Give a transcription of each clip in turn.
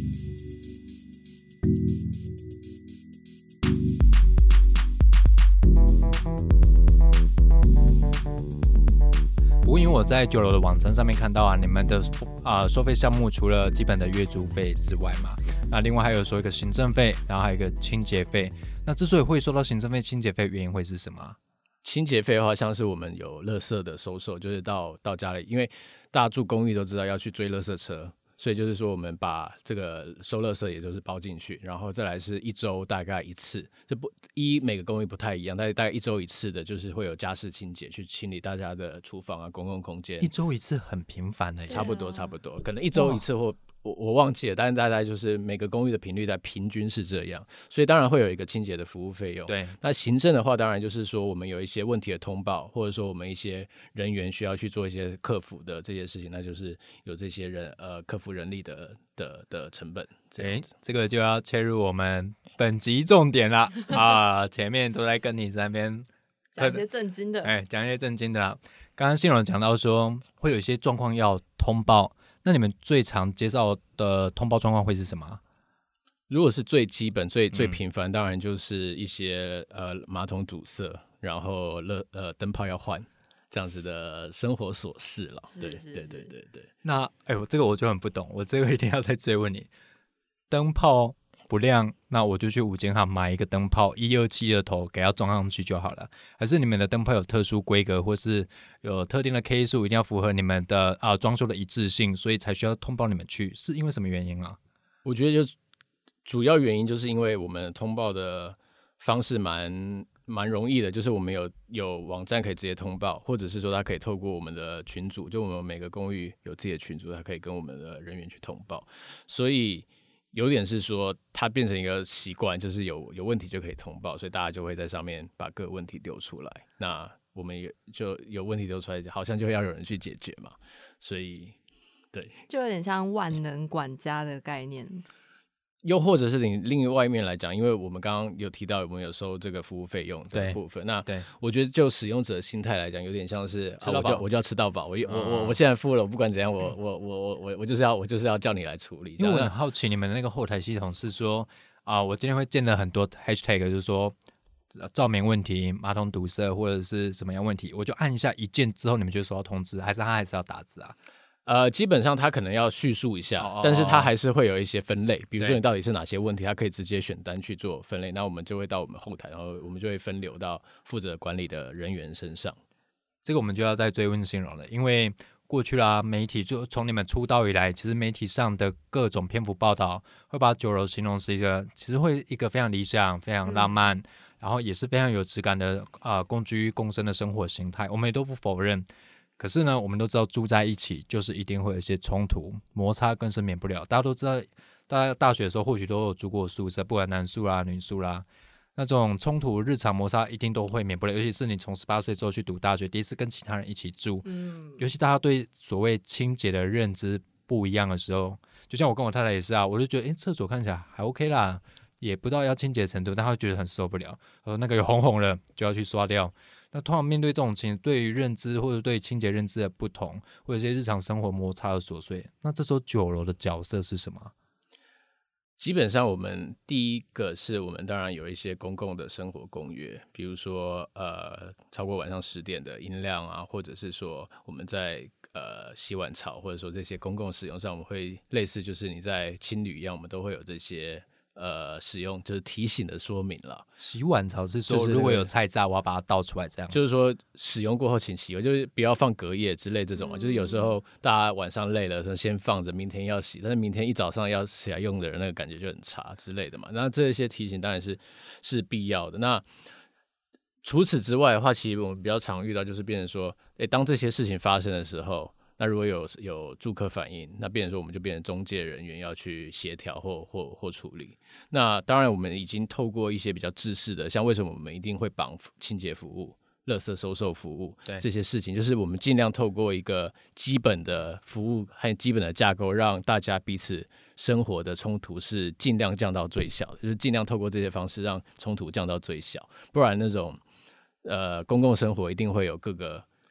不过因为我在9楼的网站上面看到你们的收费项目除了基本的月租费之外嘛，那另外还有说一个行政费，然后还有一个清洁费。那之所以会收到行政费、清洁费，原因会是什么？ 清洁费的话，像是我们有垃圾的收受，就是到家里，因为大家住公寓都知道要去追垃圾车，所以就是说我们把这个收垃圾也就是包进去，然后再来是1周大概一次，这每个公寓不太一样，但是大概1周一次的，就是会有家事清洁去清理大家的厨房啊、公共空间。 1周一次很频繁的耶， 差不多，可能1周一次或我忘记了，但是大概就是每个公寓的频率在平均是这样，所以当然会有一个清洁的服务费用。 对， 那行政的话，当然就是说我们有一些问题的通报，或者说我们一些人员需要去做一些客服的这些事情，那就是有这些客服人力的成本。 这个就要切入我们本集重点了前面都在跟你在那边讲一些正经的， 讲一些正经的啦。刚刚信荣讲到说会有一些状况要通报。那你们最常接到的通报状况会是什么？ 如果是最基本、最频繁，当然就是一些马桶堵塞，然后灯泡要换这样子的生活琐事了。对。 那这个我就很不懂，我这个一定要再追问你。灯泡不亮，那我就去五金行买一个灯泡127的头给它装上去就好了？还是你们的灯泡有特殊规格，或是有特定的 K 数，一定要符合你们的装修的一致性，所以才需要通报你们去？是因为什么原因啊？ 我觉得就主要原因就是因为我们通报的方式蛮容易的，就是我们有网站可以直接通报，或者是说他可以透过我们的群组，就我们每个公寓有自己的群组，他可以跟我们的人员去通报，所以有点是说它变成一个习惯，就是有问题就可以通报，所以大家就会在上面把各个问题丢出来，那我们也就有问题丢出来，好像就要有人去解决嘛，所以对， 就有点像万能管家的概念。 又或者是你另外一面来讲，因为我们刚刚有提到我们有收这个服务费用的部分，那我觉得就使用者的心态来讲，有点像是我就要吃到饱，我现在付了，我不管怎样，我就是要叫你来处理。 因为我很好奇，你们的那个后台系统是说我今天会建了很多 hashtag， 就是说照明问题、马桶堵塞或者是什么样问题，我就按一下一键之后，你们就收到通知，还是他还是要打字啊？ 基本上他可能要叙述一下，但是他还是会有一些分类，比如说你到底是哪些问题，他可以直接选单去做分类，那我们就会到我们后台，然后我们就会分流到负责管理的人员身上。 这个我们就要再追问信荣了，因为过去啦，媒体就从你们出道以来，其实媒体上的各种篇幅报道会把9楼形容是其实会一个非常理想、非常浪漫，然后也是非常有质感的共居共生的生活形态，我们也都不否认。可是呢，我们都知道住在一起就是一定会有一些冲突摩擦，更是免不了。大家都知道，大家大学的时候或许都有住过宿舍，不管男宿啦、女宿啦，那种冲突、日常摩擦一定都会免不了。尤其是你从18岁之后去读大学，第一次跟其他人一起住，尤其大家对所谓清洁的认知不一样的时候，就像我跟我太太也是我就觉得，厕所看起来还 OK 啦，也不到要清洁程度，但她会觉得很受不了，那个有红红了就要去刷掉。那通常面对这种情形，对于认知或者对清洁认知的不同，或者一些日常生活摩擦的琐碎，那这时候9楼的角色是什么？ 基本上我们第一个是我们当然有一些公共的生活公约，比如说超过晚上10点的音量或者是说我们在洗碗槽或者说这些公共使用上，我们会类似就是你在青旅一样，我们都会有这些使用就是提醒的说明了。 洗碗槽是说如果有菜渣我要把它倒出来，这样就是说使用过后请洗，就是不要放隔夜之类这种就是有时候大家晚上累了先放着明天要洗，但是明天一早上要起来用的人那个感觉就很差之类的嘛。那这些提醒当然是必要的。那除此之外的话，其实我们比较常遇到就是变成说当这些事情发生的时候，那如果有住客反映，那变成说我们就变成中介人员要去协调或处理。那当然我们已经透过一些比较制式的，像为什么我们一定会绑清洁服务、垃圾收受服务这些事情，就是我们尽量透过一个基本的服务和基本的架构，让大家彼此生活的冲突是尽量降到最小的，就是尽量透过这些方式让冲突降到最小，不然那种公共生活一定会有各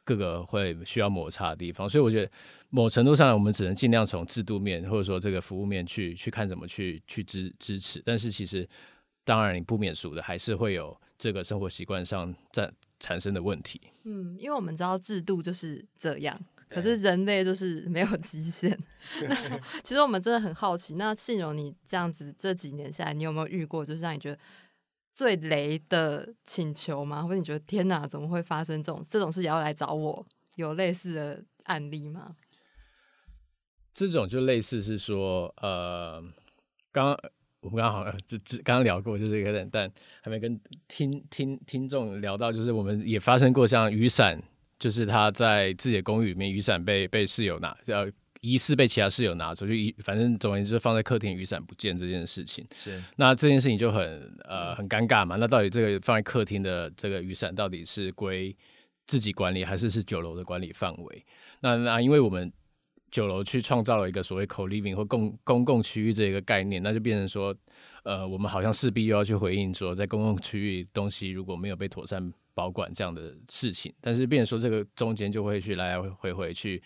各个会需要摩擦的地方，所以我觉得某程度上我们只能尽量从制度面或者说这个服务面去看怎么去支持，但是其实当然你不免俗的还是会有这个生活习惯上产生的问题。 因为我们知道制度就是这样，可是人类就是没有极限。那其实我们真的很好奇，那信荣你这样子这几年下来，你有没有遇过就是让你觉得最雷的请求吗？或者你觉得天哪，怎么会发生这种事也要来找我？有类似的案例吗？ 这种就类似是说，我们刚刚好像刚刚聊过，就是一个，但还没跟听众聊到，就是我们也发生过像雨伞，就是他在自己的公寓里面，雨伞被室友疑似被其他室友拿走，反正总而言之放在客厅，雨伞不见这件事情。 是，那这件事情就很尴尬嘛。那到底这个放在客厅的这个雨伞到底是归自己管理，还是酒楼的管理范围？那因为我们酒楼去创造了一个所谓 co-living 或公共区域这一个概念，那就变成说，我们好像势必又要去回应说，在公共区域东西如果没有被妥善保管这样的事情，但是变成说这个中间就会去来来回回去，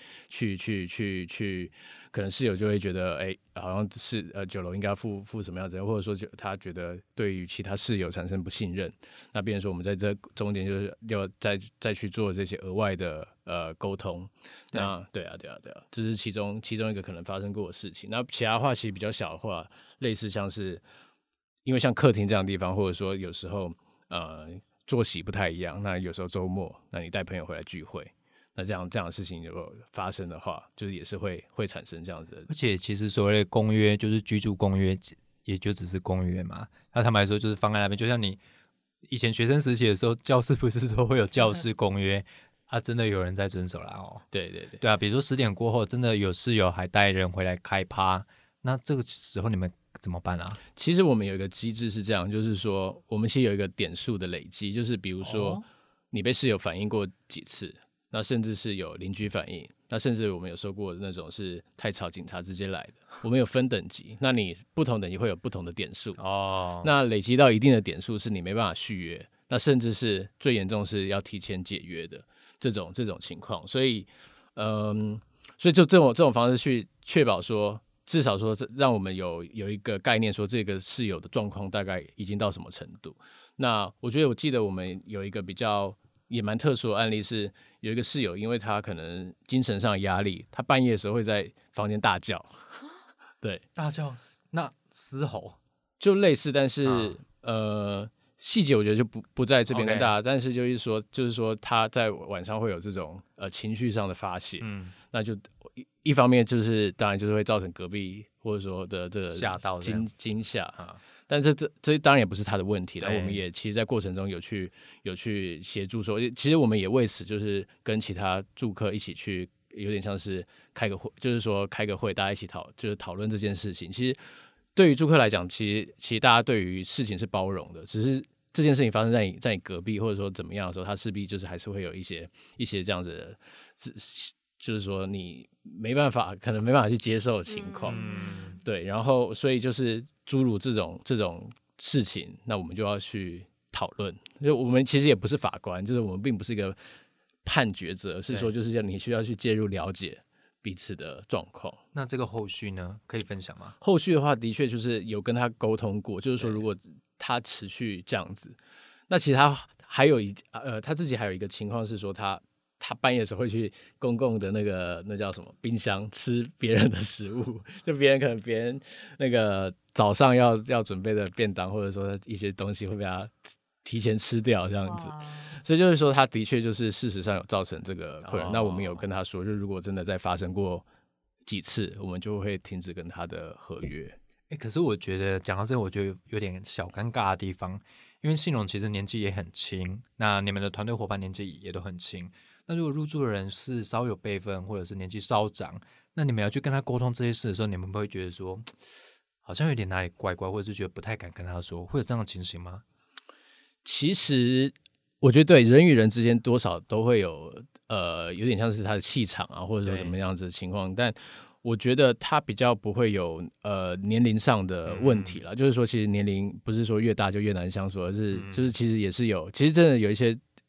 可能室友就会觉得，好像是酒楼应该负什么样子，或者说他觉得对于其他室友产生不信任，那变成说我们在这中间就是要再去做这些额外的沟通。那对啊，这是其中一个可能发生过的事情。那其他话其实比较小的话，类似像是因为像客厅这样的地方，或者说有时候作息不太一样，那有时候周末，那你带朋友回来聚会，那这样的事情如果发生的话，就是也是会产生这样子的。 而且其实所谓的公约就是居住公约，也就只是公约嘛。那坦白说就是放在那边，就像你以前学生时期的时候，教室不是说会有教室公约啊，真的有人在遵守啦哦。 对啊，比如说10点过后，真的有室友还带人回来开趴，那这个时候你们怎么办啊？ 其实我们有一个机制是这样，就是说我们其实有一个点数的累积，就是比如说你被室友反映过几次，那甚至是有邻居反映，那甚至我们有收过那种是太吵警察直接来的，我们有分等级，那你不同等级会有不同的点数那累积到一定的点数是你没办法续约，那甚至是最严重是要提前解约的这种情况，所以就这种方式去确保说，至少说让我们有一个概念，说这个室友的状况大概已经到什么程度。那我记得我们有一个比较也蛮特殊的案例，是有一个室友，因为他可能精神上的压力，他半夜的时候会在房间大叫，对， 大叫，那嘶吼就类似，但是细节我觉得就不在这边跟大家，但是就是说他在晚上会有这种情绪上的发泄，那就一方面就是当然就是会造成隔壁或者说的这个吓到惊吓啊，但这当然也不是他的问题了。我们也其实，在过程中有去协助说，其实我们也为此就是跟其他住客一起去，有点像是开个会，就是说开个会，大家一起讨论这件事情。其实对于住客来讲，其实大家对于事情是包容的，只是这件事情发生在你隔壁或者说怎么样的时候，他势必就是还是会有一些这样子的，就是说你可能没办法去接受的情况，对，然后所以就是诸如这种事情，那我们就要去讨论。就我们其实也不是法官，就是我们并不是一个判决者，而是说就是你需要去介入了解彼此的状况。 那这个后续呢，可以分享吗？ 后续的话，的确就是有跟他沟通过，就是说如果他持续这样子，那其实他还有他自己还有一个情况是说他半夜的时候会去公共的那叫什么冰箱吃别人的食物，就别人那个早上要准备的便当或者说一些东西会被他提前吃掉这样子，所以就是说他的确就是事实上有造成这个困扰。那我们有跟他说，就如果真的再发生过几次，我们就会停止跟他的合约。 可是我觉得讲到这，我觉得有点小尴尬的地方，因为信荣其实年纪也很轻，那你们的团队伙伴年纪也都很轻。那如果入住的人是稍有辈分，或者是年纪稍长，那你们要去跟他沟通这些事的时候，你们会觉得说，好像有点哪里怪怪，或者是觉得不太敢跟他说，会有这样的情形吗？ 其实我觉得对人与人之间多少都会有有点像是他的气场啊，或者说什么样子的情况，但我觉得他比较不会有年龄上的问题啦，就是说其实年龄不是说越大就越难相处，而是就是其实也是有，其实真的有一些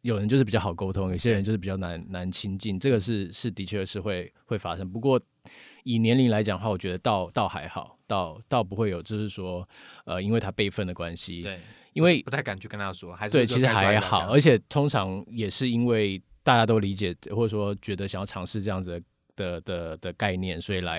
有人就是比较好沟通，有些人就是比较难亲近，这个是的确是会发生。不过以年龄来讲的话，我觉得倒还好，倒不会有就是说因为他辈分的关系， 对， 因为不太敢去跟他说，还是对，其实还好，而且且通常也是因为大家都理解或者说觉得想要尝试这样子的概念，所以来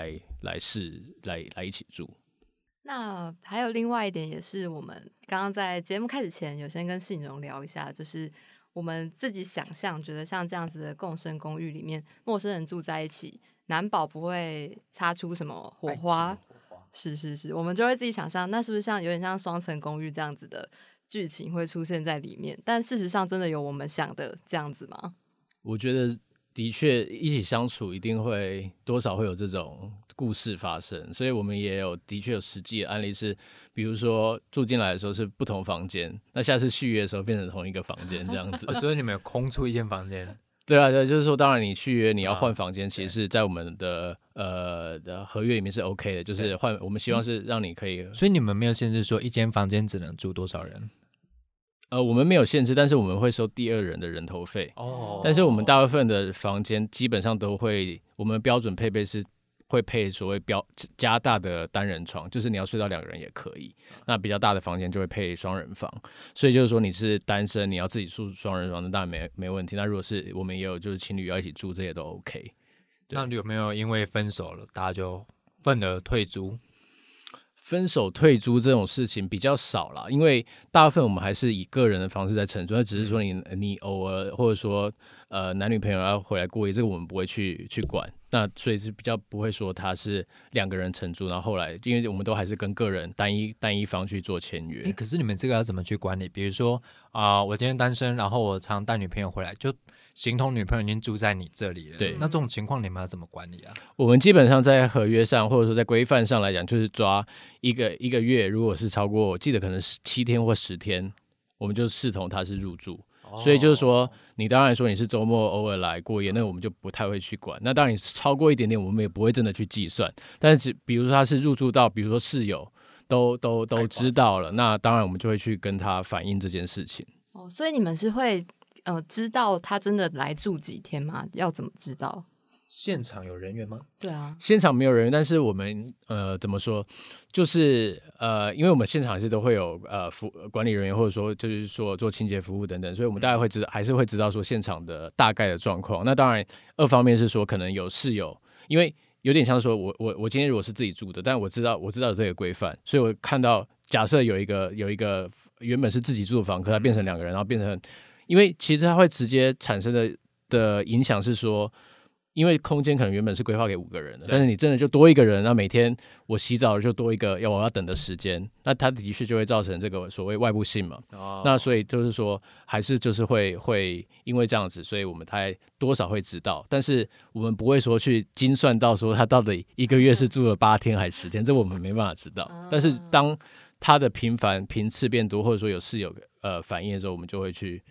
一起住。 那还有另外一点，也是我们刚刚在节目开始前有先跟信荣聊一下，就是我们自己想象，觉得像这样子的共生公寓里面，陌生人住在一起，难保不会擦出什么火花。是，我们就会自己想象，那是不是有点像双层公寓这样子的剧情会出现在里面？但事实上，真的有我们想的这样子吗？ 我觉得的确一起相处一定会多少会有这种故事发生，所以我们也的确有实际的案例是，比如说住进来的时候是不同房间，那下次续约的时候变成同一个房间这样子。 所以你们有空出一间房间？ 对啊，对，就是说，当然你续约你要换房间，其实是在我们的合约里面是 OK 的，就是我们希望是让你可以， 所以你们没有限制说一间房间只能住多少人？ 我们没有限制，但是我们会收第二人的人头费。但是我们大部分的房间基本上都会，我们标准配备是会配所谓加大的单人床，就是你要睡到2个人也可以。那比较大的房间就会配双人房，所以就是说你是单身，你要自己住双人房，那当然没问题。那如果是我们也有就是情侣要一起住，这些都 OK。 那有没有因为分手了，大家就愤而退租？ 分手退租这种事情比较少啦，因为大部分我们还是以个人的方式在承租，那只是说你偶尔或者说男女朋友要回来过夜，这个我们不会去管，那所以是比较不会说他是2个人承租，然后后来因为我们都还是跟个人单一方去做签约。 可是你们这个要怎么去管理？比如说我今天单身，然后我常带女朋友回来，就形同女朋友已经住在你这里了， 对， 那这种情况你们要怎么管理啊？ 我们基本上在合约上或者说在规范上来讲，就是抓一个月，如果是超过我记得可能7天或10天，我们就视同他是入住。所以就是说，你当然说你是周末偶尔来过夜，那我们就不太会去管。那当然你超过一点点，我们也不会真的去计算。但是比如说他是入住到，比如说室友都知道了，那当然我们就会去跟他反映这件事情。 所以你们是会知道他真的来住几天吗？要怎么知道？ 现场有人员吗？ 对啊， 现场没有人员，但是我们怎么说，就是因为我们现场是都会有管理人员，或者说就是说做清洁服务等等，所以我们大概会还是会知道说现场的大概的状况。那当然，二方面是说可能有室友，因为有点像说我今天如果是自己住的，但我知道有这个规范，所以我看到假设有一个原本是自己住的房客，它变成2个人，然后变成，因为其实它会直接产生的影响是说。因为空间可能原本是规划给5个人的，但是你真的就多一个人，那每天我洗澡就多一个我要等的时间，那它的确就会造成这个所谓外部性嘛。那所以就是说，还是就是会因为这样子，所以我们才多少会知道，但是我们不会说去精算到说他到底1个月是住了8天还是10天，这我们没办法知道。但是当他的频次变多，或者说有室友反映的时候，我们就会去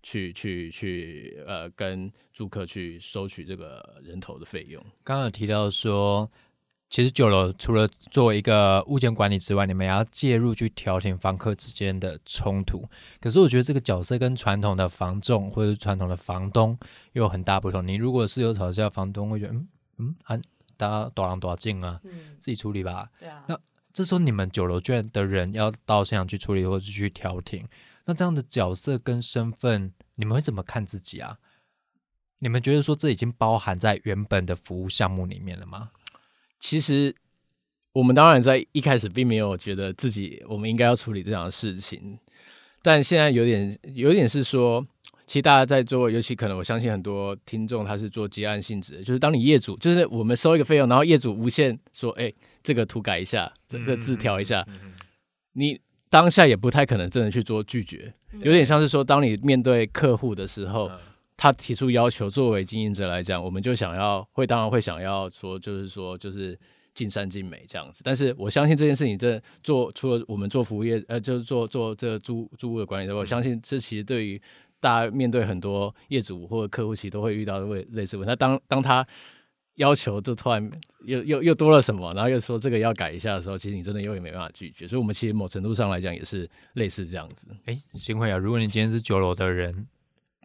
跟住客去收取这个人头的费用。 刚刚有提到说，其实酒楼除了作为一个物件管理之外，你们也要介入去调停房客之间的冲突。可是我觉得这个角色跟传统的房仲或者是传统的房东又有很大不同。你如果是有吵架，房东会觉得大家多人多近啊，自己处理吧。 对啊。 那这时候你们酒楼圈的人要到现场去处理或者去调停。那这样的角色跟身份，你们会怎么看自己啊？你们觉得说这已经包含在原本的服务项目里面了吗？ 其实我们当然在一开始并没有觉得自己我们应该要处理这样的事情，但现在有点是说，其实大家在做，尤其可能我相信很多听众他是做接案性质的，就是当你业主，就是我们收一个费用，然后业主无限说，这个图改一下，这字调一下，你当下也不太可能真的去做拒绝，有点像是说，当你面对客户的时候，他提出要求，作为经营者来讲，我们就当然会想要说，就是尽善尽美这样子。但是我相信这件事情，除了我们做服务业，就是做这个租屋的管理，我相信这其实对于大家面对很多业主或者客户，其实都会遇到类似问题。当他要求就突然又多了什么，然后又说这个要改一下的时候，其实你真的也没办法拒绝。所以我们其实某程度上来讲也是类似这样子。 新慧啊，如果你今天是酒楼的人，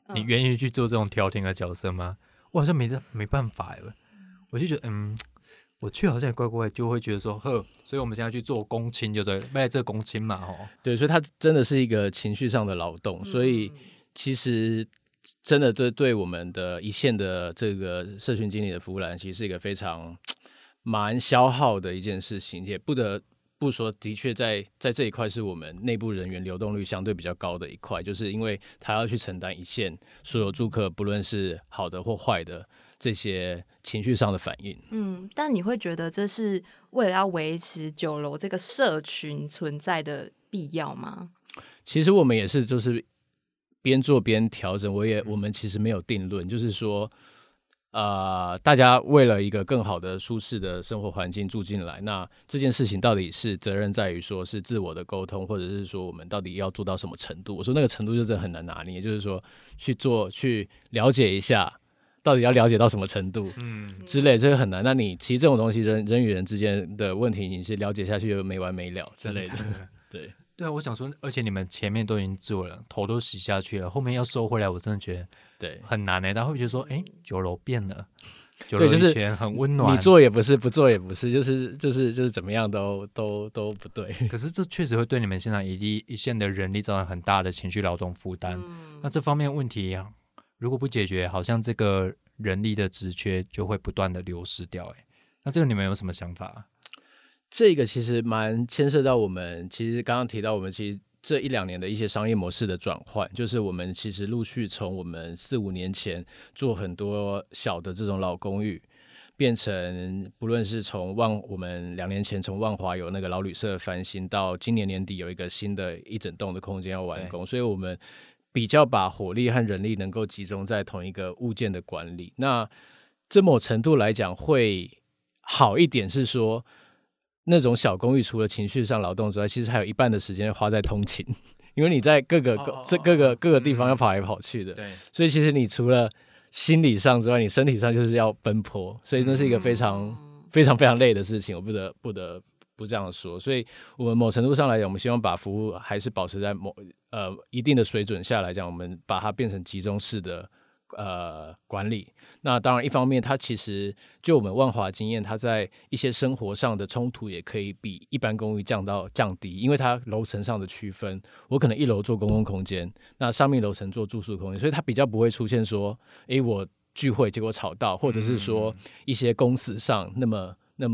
你愿意去做这种调停的角色吗？我好像没办法耶，我就觉得我去好像也怪怪，就会觉得说所以我们现在去做公亲，就对，为了这公亲嘛， 对，所以它真的是一个情绪上的劳动，所以其实真的对我们的一线的这个社群经理的服务来讲，其实是一个非常蛮消耗的一件事情，也不得不说，的确在这一块是我们内部人员流动率相对比较高的一块，就是因为他要去承担一线所有住客不论是好的或坏的这些情绪上的反应。 但你会觉得这是为了要维持酒楼这个社群存在的必要吗？ 其实我们也是就是边做边调整，我们其实没有定论，就是说大家为了一个更好的舒适的生活环境住进来，那这件事情到底是责任在于说是自我的沟通，或者是说我们到底要做到什么程度？我说那个程度就真的很难拿捏，就是说去了解一下到底要了解到什么程度之类，这个很难。那你其实这种东西人与人之间的问题，你是了解下去就没完没了之类的。 对啊，我想说，而且你们前面都已经做了，头都洗下去了，后面要收回来，我真的觉得对很难大家会觉得说，酒楼变了，酒对，就是楼以前很温暖， 你做也不是，不做也不是，就是怎么样都不对。 可是这确实会对你们现场一线的人力造成很大的情绪劳动负担。那这方面问题如果不解决，好像这个人力的职缺就会不断的流失掉。那这个你们有什么想法？ 这个其实蛮牵涉到我们，其实刚刚提到我们其实这1-2年的一些商业模式的转换，就是我们其实陆续从我们4-5年前做很多小的这种老公寓，变成不论是从我们2年前从万华有那个老旅社翻新，到今年年底有一个新的一整栋的空间要完工，所以我们比较把火力和人力能够集中在同一个物件的管理。那这某程度来讲会好一点，是说那种小公寓除了情绪上劳动之外，其实还有一半的时间花在通勤，因为你在各个地方要跑来跑去的， 对， 所以其实你除了心理上之外，你身体上就是要奔波，所以那是一个非常非常非常累的事情，我不得不这样说。所以我们某程度上来讲，我们希望把服务还是保持在一定的水准下来讲，我们把它变成集中式的管理。那当然一方面它其实就我们万华经验，它在一些生活上的冲突也可以比一般公寓降低，因为它楼层上的区分，我可能1楼做公共空间，那上面楼层做住宿空间，所以它比较不会出现说我聚会结果吵到，或者是说一些公司上那么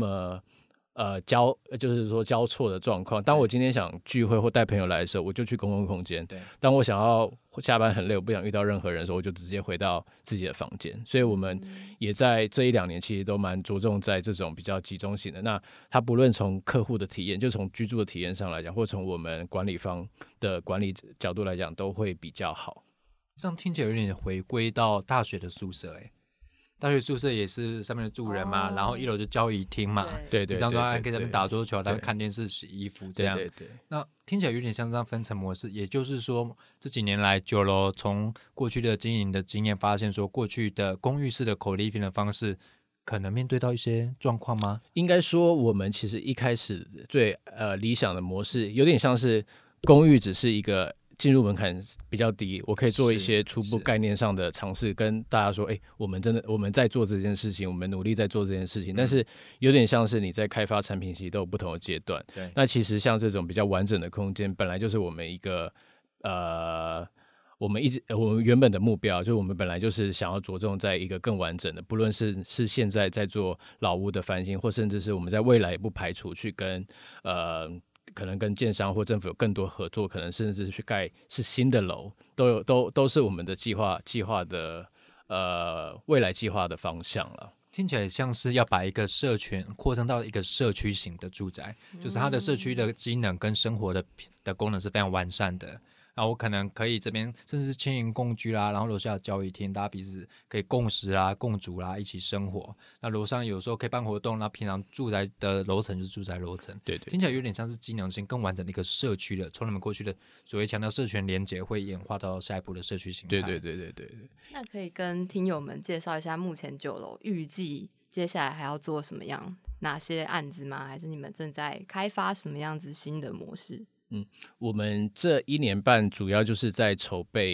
就是说交错的状况。当我今天想聚会或带朋友来的时候，我就去公共空间。当我想要下班很累，我不想遇到任何人的时候，我就直接回到自己的房间。所以我们也在这1-2年其实都蛮着重在这种比较集中型的。那它不论从客户的体验，就从居住的体验上来讲，或从我们管理方的管理角度来讲，都会比较好。 这样听起来有点回归到大学的宿舍。大学宿舍也是上面的住人嘛，然后1楼就交谊厅嘛， 对， 这样说可以在那边打桌球，在那边看电视、洗衣服这样。 对， 那听起来有点像这样分层模式，也就是说这几年来酒楼从过去的经营的经验发现说，过去的公寓式的co-living的方式可能面对到一些状况吗？ 应该说我们其实一开始最理想的模式有点像是公寓只是一个进入门槛比较低，我可以做一些初步概念上的尝试，跟大家说我们在做这件事情，我们努力在做这件事情，但是有点像是你在开发产品其实都有不同的阶段。 对， 那其实像这种比较完整的空间本来就是我们一个我们原本的目标，就是我们本来就是想要着重在一个更完整的，不论是现在在做老屋的翻新，或甚至是我们在未来也不排除去跟可能跟建商或政府有更多合作，可能甚至去盖是新的楼，都是我们的计划的未来计划的方向了。 听起来像是要把一个社群扩张到一个社区型的住宅，就是它的社区的机能跟生活的功能是非常完善的。然后我可能可以这边甚至是轻盈共居啦，然后楼下有交谊厅，大家彼此可以共食啦、共煮啦，一起生活。那楼上有时候可以办活动，那平常住宅的楼层就是住宅楼层。 对， 听起来有点像是机能性更完整的一个社区了。从你们过去的所谓强调社群连结，会演化到下一步的社区形态。 对。 那可以跟听友们介绍一下，目前酒楼预计接下来还要做什么样哪些案子吗？还是你们正在开发什么样子新的模式？ 我们这1年半主要就是在筹备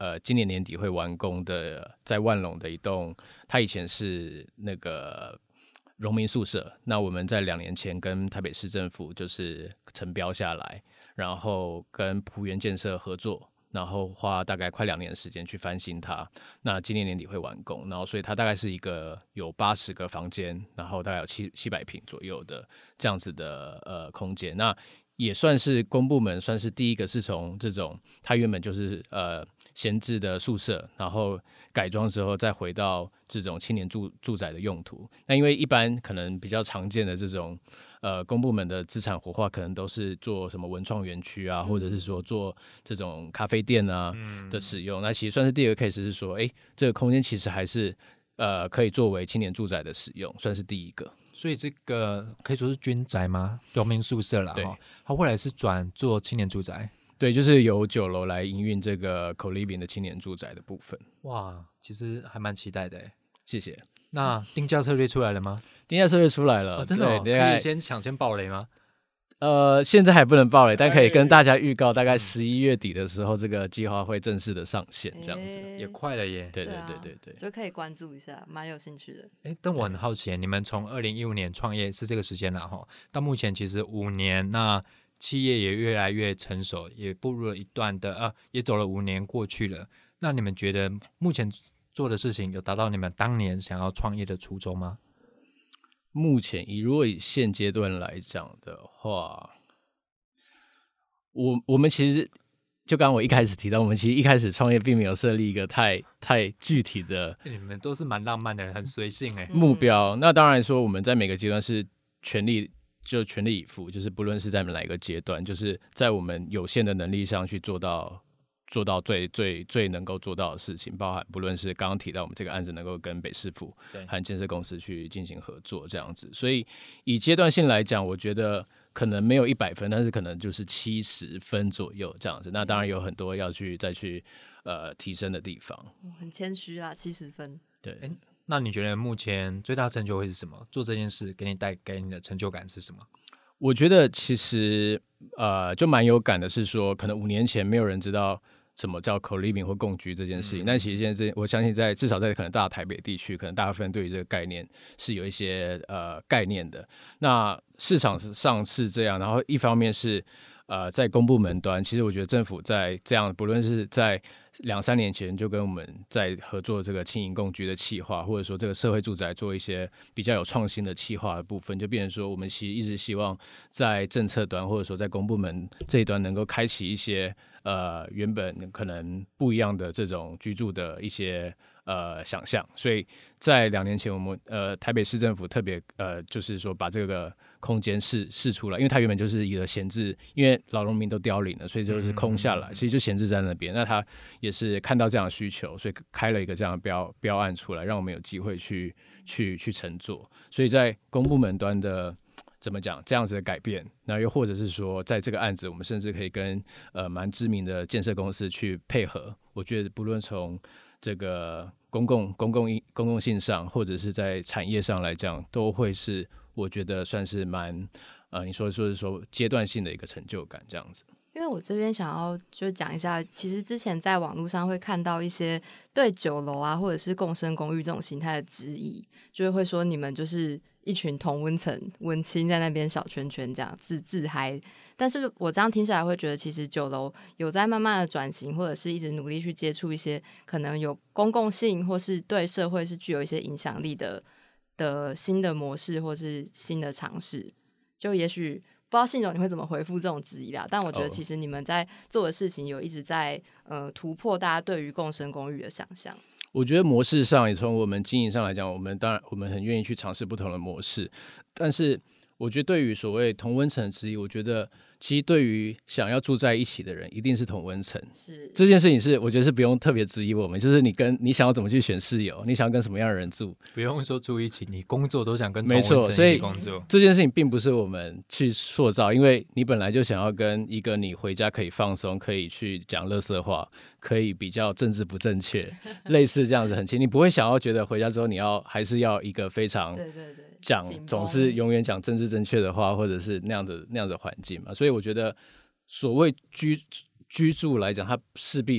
今年年底会完工的，在万隆的一栋，它以前是那个荣民宿舍，那我们在2年前跟台北市政府就是承标下来，然后跟璞园建设合作，然后花大概快2年的时间去翻新它。那今年年底会完工，然后所以它大概是一个有80个房间，然后大概有700平左右的这样子的空间。那也算是公部门算是第一个是从这种它原本就是闲置的宿舍，然后改装之后再回到这种青年住宅的用途。那因为一般可能比较常见的这种公部门的资产活化，可能都是做什么文创园区啊，或者是说做这种咖啡店啊的使用。那其实算是第二个 case 是说，这个空间其实还是可以作为青年住宅的使用，算是第一个。 所以这个可以说是军宅吗？荣民宿舍啦，它未来是转做青年住宅。 对，就是由9楼来营运这个 co-living 的青年住宅的部分。 哇，其实还蛮期待的。 谢谢。 那定价策略出来了吗？ 定价策略出来了， 真的哦， 对， 可以先爆雷吗？ 现在还不能爆雷，但可以跟大家预告，大概11月底的时候，这个计划会正式的上线，这样子也快了耶。 对， 就可以关注一下，蛮有兴趣的。 但我很好奇，你们从2015年创业是这个时间了哈，到目前其实5年，那企业也越来越成熟，也步入了一段的也走了5年过去了。那你们觉得目前做的事情有达到你们当年想要创业的初衷吗？ 目前如果以现阶段来讲的话，我们其实就刚刚我一开始提到，我们其实一开始创业并没有设立一个太具体的， 你们都是蛮浪漫的人，很随性目标。那当然说我们在每个阶段是全力以赴，就是不论是在哪一个阶段，就是在我们有限的能力上去做到最能够做到的事情，包含不论是刚刚提到我们这个案子能够跟北市府和建设公司去进行合作这样子，所以以阶段性来讲，我觉得可能没有100分，但是可能就是70分左右这样子。那当然有很多要再去提升的地方。 很谦虚啦，70分。 对。 那你觉得目前最大的成就会是什么？做这件事给你的成就感是什么？ 我觉得其实就蛮有感的是说，可能5年前没有人知道什么叫 co-living 或共居这件事情，但其实现在我相信至少在可能大台北地区，可能大部分对于这个概念是有一些概念的。那市场上是这样，然后一方面是在公部门端，其实我觉得政府在这样，不论是在2-3年前就跟我们在合作这个青银共居的企划，或者说这个社会住宅做一些比较有创新的企划的部分，就变成说我们其实一直希望在政策端或者说在公部门这一端能够开启一些原本可能不一样的这种居住的一些想象。所以在2年前我们台北市政府特别就是说把这个空间释出来，因为它原本就是一个闲置，因为老农民都凋零了，所以就是空下来，其实就闲置在那边。那他也是看到这样的需求，所以开了一个这样的标案出来，让我们有机会去承做。所以在公部门端的怎么讲这样子的改变，那又或者是说在这个案子我们甚至可以跟蛮知名的建设公司去配合，我觉得不论从这个公共性上，或者是在产业上来讲，都会是我觉得算是蛮你说阶段性的一个成就感这样子。 因为我这边想要就讲一下，其实之前在网络上会看到一些对9楼啊或者是共生公寓这种形态的质疑，就是会说你们就是一群同温层文青在那边小圈圈这样自嗨。但是我这样听下来会觉得，其实9楼有在慢慢的转型，或者是一直努力去接触一些可能有公共性或是对社会是具有一些影响力的新的模式或是新的尝试。就也许不知道信总你会怎么回复这种质疑啦，但我觉得其实你们在做的事情有一直在突破大家对于共生公寓的想象。 我觉得模式上也从我们经营上来讲，我们很愿意去尝试不同的模式，但是我觉得对于所谓同温层的质疑，我觉得其实对于想要住在一起的人，一定是同温层。 是这件事情我觉得是不用特别质疑我们，就是你想要怎么去选室友，你想要跟什么样的人住， 不用说住一起，你工作都想跟同温层一起工作。 这件事情并不是我们去塑造，因为你本来就想要跟一个你回家可以放松，可以去讲垃圾话，可以比较政治不正确，类似这样子很亲，你不会想要觉得回家之后还是要一个非常总是永远讲政治正确的话，或者是那样的环境嘛。所以我觉得所谓居住来讲，它势必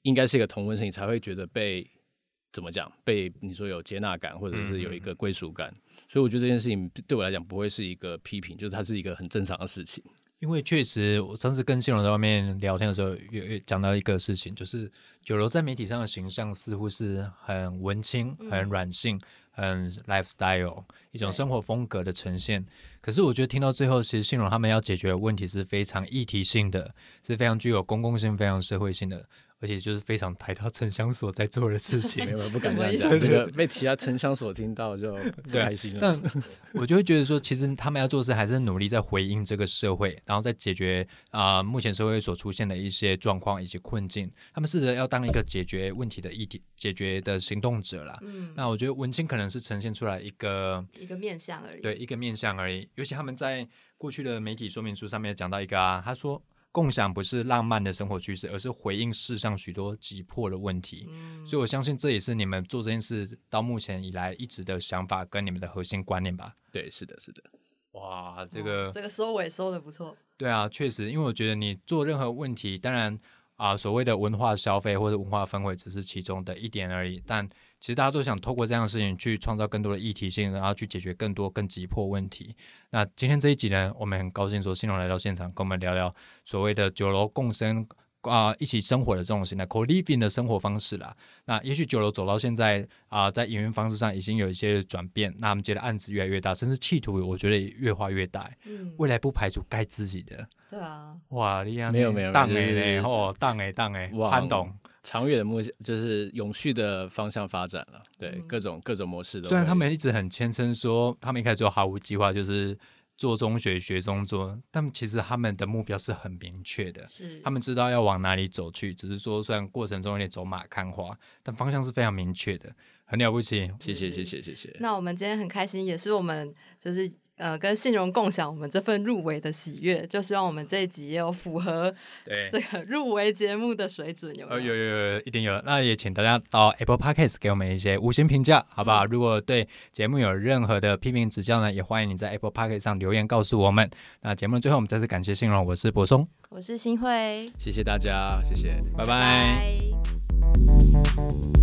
应该是一个同温层，你才会觉得被怎么讲，被你说有接纳感，或者是有一个归属感。所以我觉得这件事情对我来讲不会是一个批评，就是它是一个很正常的事情。 因为确实，我上次跟信荣在外面聊天的时候，有讲到一个事情，就是酒楼在媒体上的形象似乎是很文青、很软性、很 lifestyle 一种生活风格的呈现。可是我觉得听到最后，其实信荣他们要解决的问题是非常议题性的，是非常具有公共性、非常社会性的。而且就是非常台大城乡所在做的事情， 没有不敢这样讲，这个被其他城乡所听到就不开心了。 但我就会觉得说，其实他们要做的事还是努力在回应这个社会，然后在解决目前社会所出现的一些状况以及困境。他们试着要当一个解决问题的议题、解决的行动者啦。那我觉得文青可能是呈现出来一个面向而已， 对，一个面向而已。尤其他们在过去的媒体说明书上面讲到一个他说，共享不是浪漫的生活趋势，而是回应世上许多急迫的问题。所以我相信这也是你们做这件事到目前以来一直的想法跟你们的核心观念吧。 对，是的，是的。 哇，这个收尾收的不错。 对啊，确实，因为我觉得你做任何问题，当然所谓的文化消费或者文化氛围只是其中的一点而已，但其实大家都想透过这样的事情去创造更多的议题性，然后去解决更多更急迫问题。那今天这一集呢，我们很高兴说信荣来到现场跟我们聊聊所谓的酒楼共生一起生活的这种形态 co-living 的生活方式啦。那也许酒楼走到现在在营运方式上已经有一些转变，那他们接的案子越来越大，甚至企图我觉得也越画越大。未来不排除盖自己的。 对啊， 哇，厉害！ 没有当当潘董长远的目标就是永续的方向发展了。对，各种模式都。 虽然他们一直很谦称说，他们一开始做毫无计划，就是做中学学中做，但其实他们的目标是很明确的，他们知道要往哪里走去，只是说虽然过程中有点走马看花，但方向是非常明确的，很了不起。 谢谢。 那我们今天很开心，也是我们就是跟信荣共享我们这份入围的喜悦，就希望我们这一集也有符合这个入围节目的水准，有没有？ 有，一定有。那也请大家到 Apple Podcast 给我们一些5星评价，好不好？如果对节目有任何的批评指教呢，也欢迎你在 Apple Podcast 上留言告诉我们。那节目的最后，我们再次感谢信荣，我是柏松， 我是新慧， 谢谢大家，谢谢， 拜拜。